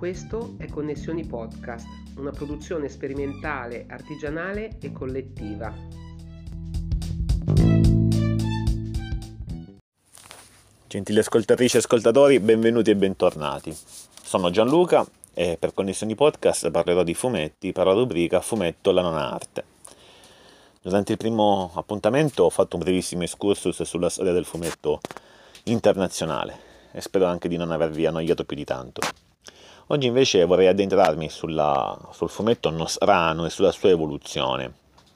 Questo è Connessioni Podcast, una produzione sperimentale, artigianale e collettiva. Gentili ascoltatrici e ascoltatori, benvenuti e bentornati. Sono Gianluca e per Connessioni Podcast parlerò di fumetti per la rubrica Fumetto la nona arte. Durante il primo appuntamento ho fatto un brevissimo excursus sulla storia del fumetto internazionale e spero anche di non avervi annoiato più di tanto. Oggi invece vorrei addentrarmi sul fumetto nostrano e sulla sua evoluzione.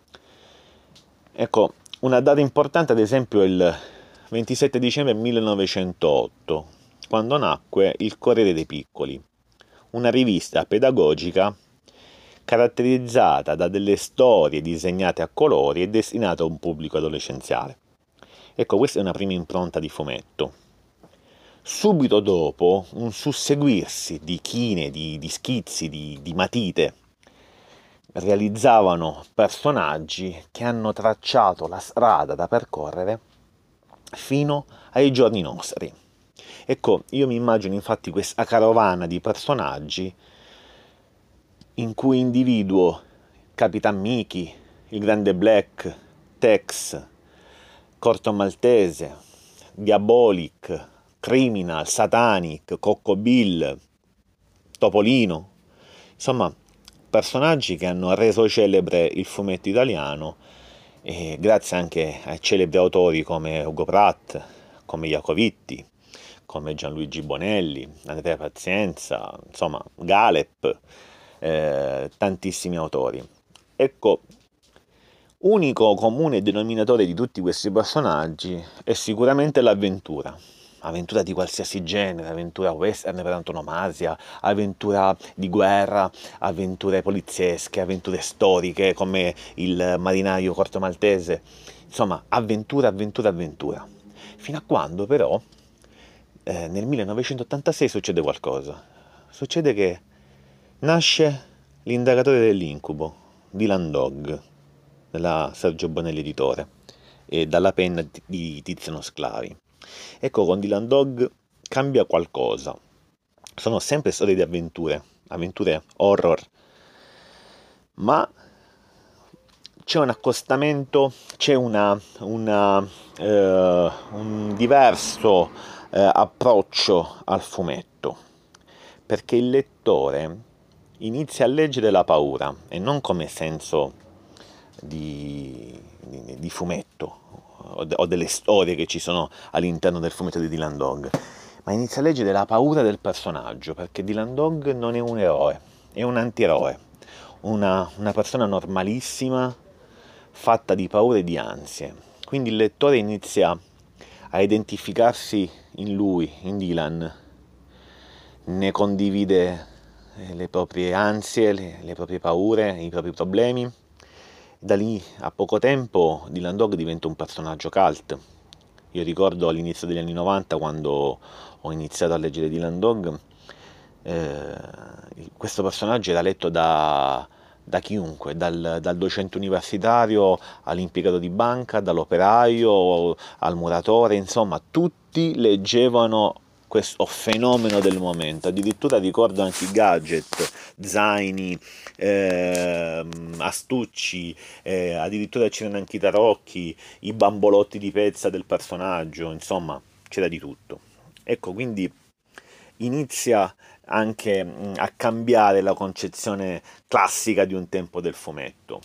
Ecco, una data importante ad esempio è il 27 dicembre 1908, quando nacque il Corriere dei Piccoli, una rivista pedagogica caratterizzata da delle storie disegnate a colori e destinate a un pubblico adolescenziale. Ecco, questa è una prima impronta di fumetto. Subito dopo, un susseguirsi di chine, di schizzi, di matite, realizzavano personaggi che hanno tracciato la strada da percorrere fino ai giorni nostri. Ecco, io mi immagino infatti questa carovana di personaggi in cui individuo Capitan Mickey, il Grande Black, Tex, Corto Maltese, Diabolic, Criminal, Satanic, Cocco Bill, Topolino, insomma personaggi che hanno reso celebre il fumetto italiano e grazie anche a celebri autori come Ugo Pratt, come Iacovitti, come Gianluigi Bonelli, Andrea Pazienza, insomma Galep, tantissimi autori. Ecco, unico comune denominatore di tutti questi personaggi è sicuramente l'avventura. Avventura di qualsiasi genere, avventura western per antonomasia, avventura di guerra, avventure poliziesche, avventure storiche come il marinaio Corto Maltese, insomma avventura. Fino a quando però nel 1986 succede qualcosa. Succede che nasce L'indagatore dell'incubo, Dylan Dog, della Sergio Bonelli editore, e dalla penna di Tiziano Sclavi. Ecco, con Dylan Dog cambia qualcosa. Sono sempre storie di avventure horror, ma c'è un accostamento, c'è un diverso approccio al fumetto, perché il lettore inizia a leggere la paura e non come senso di fumetto o delle storie che ci sono all'interno del fumetto di Dylan Dog, ma inizia a leggere la paura del personaggio, perché Dylan Dog non è un eroe, è un antieroe, una persona normalissima fatta di paure e di ansie. Quindi il lettore inizia a identificarsi in lui, in Dylan, ne condivide le proprie ansie, le proprie paure, i propri problemi. Da lì a poco tempo Dylan Dog diventa un personaggio cult. Io ricordo all'inizio degli anni 90, quando ho iniziato a leggere Dylan Dog, questo personaggio era letto da chiunque, dal docente universitario all'impiegato di banca, dall'operaio al muratore, insomma tutti leggevano questo fenomeno del momento. Addirittura ricordo anche i gadget, zaini, astucci, addirittura c'erano anche i tarocchi, i bambolotti di pezza del personaggio, insomma c'era di tutto. Ecco, quindi inizia anche a cambiare la concezione classica di un tempo del fumetto.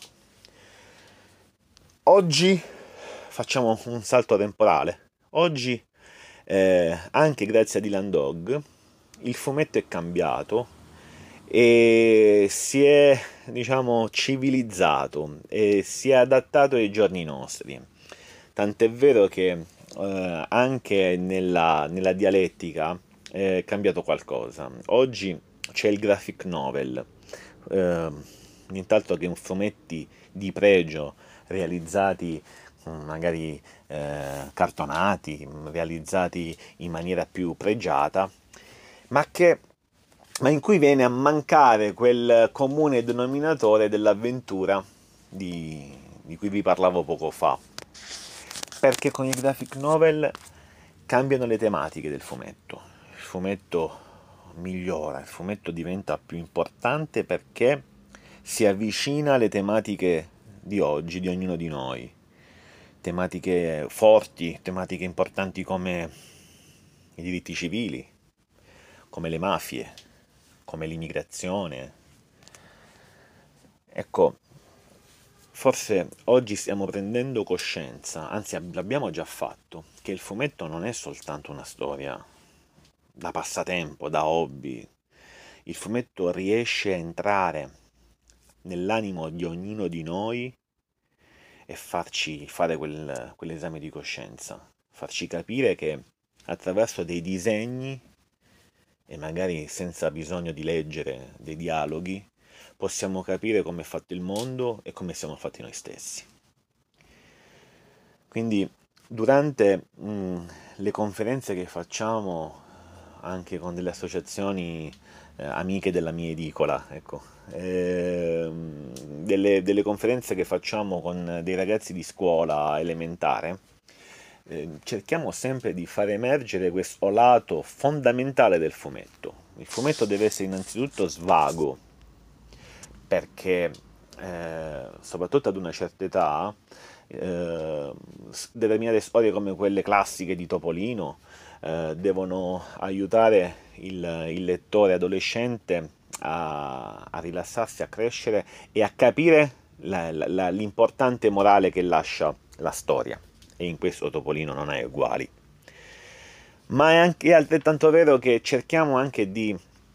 Oggi facciamo un salto temporale. Oggi anche grazie a Dylan Dog il fumetto è cambiato e si è, civilizzato e si è adattato ai giorni nostri. Tant'è vero che anche nella dialettica è cambiato qualcosa. Oggi c'è il graphic novel, nient'altro che fumetti di pregio realizzati magari cartonati, realizzati in maniera più pregiata, ma in cui viene a mancare quel comune denominatore dell'avventura di cui vi parlavo poco fa, perché con il graphic novel cambiano le tematiche del fumetto. Il fumetto migliora, il fumetto diventa più importante perché si avvicina alle tematiche di oggi, di ognuno di noi. Tematiche forti, tematiche importanti come i diritti civili, come le mafie, come l'immigrazione. Ecco, forse oggi stiamo prendendo coscienza, anzi l'abbiamo già fatto, che il fumetto non è soltanto una storia da passatempo, da hobby. Il fumetto riesce a entrare nell'animo di ognuno di noi e farci fare quell'esame di coscienza, farci capire che attraverso dei disegni, e magari senza bisogno di leggere dei dialoghi, possiamo capire come è fatto il mondo e come siamo fatti noi stessi. Quindi durante le conferenze che facciamo anche con delle associazioni amiche della mia edicola, ecco, delle conferenze che facciamo con dei ragazzi di scuola elementare, cerchiamo sempre di far emergere questo lato fondamentale del fumetto. Il fumetto deve essere innanzitutto svago, perché soprattutto ad una certa età determinate storie come quelle classiche di Topolino devono aiutare il lettore adolescente a rilassarsi, a crescere e a capire l'importante morale che lascia la storia. E in questo Topolino non è uguali. Ma è anche altrettanto vero che cerchiamo anche di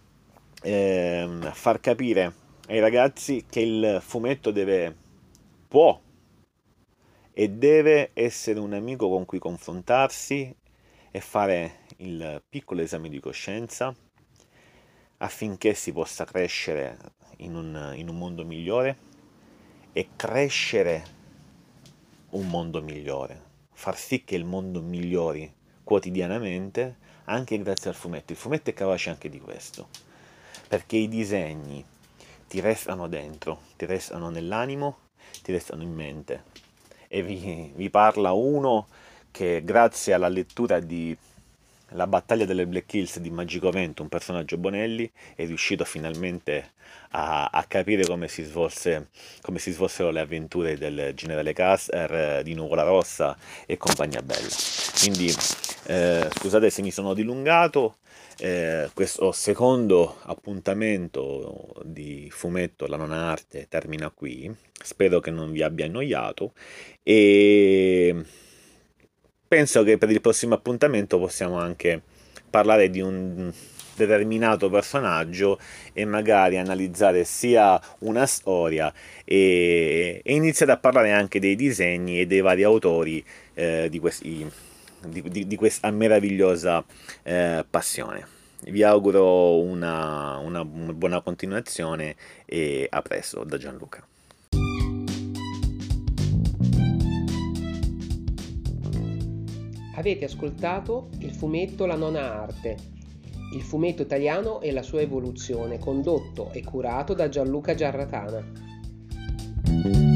far capire ai ragazzi che il fumetto può e deve essere un amico con cui confrontarsi e fare il piccolo esame di coscienza affinché si possa crescere in un mondo migliore e crescere un mondo migliore, far sì che il mondo migliori quotidianamente anche grazie al fumetto. Il fumetto è capace anche di questo, perché i disegni ti restano dentro, ti restano nell'animo, ti restano in mente. E vi parla uno che grazie alla lettura di La battaglia delle Black Hills di Magicovento, un personaggio Bonelli, è riuscito finalmente a capire come si svolsero le avventure del generale Custer, di Nuvola Rossa e compagnia bella. Quindi scusate se mi sono dilungato, questo secondo appuntamento di fumetto La Nona Arte termina qui. Spero che non vi abbia annoiato e penso che per il prossimo appuntamento possiamo anche parlare di un determinato personaggio e magari analizzare sia una storia e iniziare a parlare anche dei disegni e dei vari autori di questa meravigliosa passione. Vi auguro una buona continuazione e a presto da Gianluca. Avete ascoltato il fumetto La Nona Arte, il fumetto italiano e la sua evoluzione, condotto e curato da Gianluca Giarratana.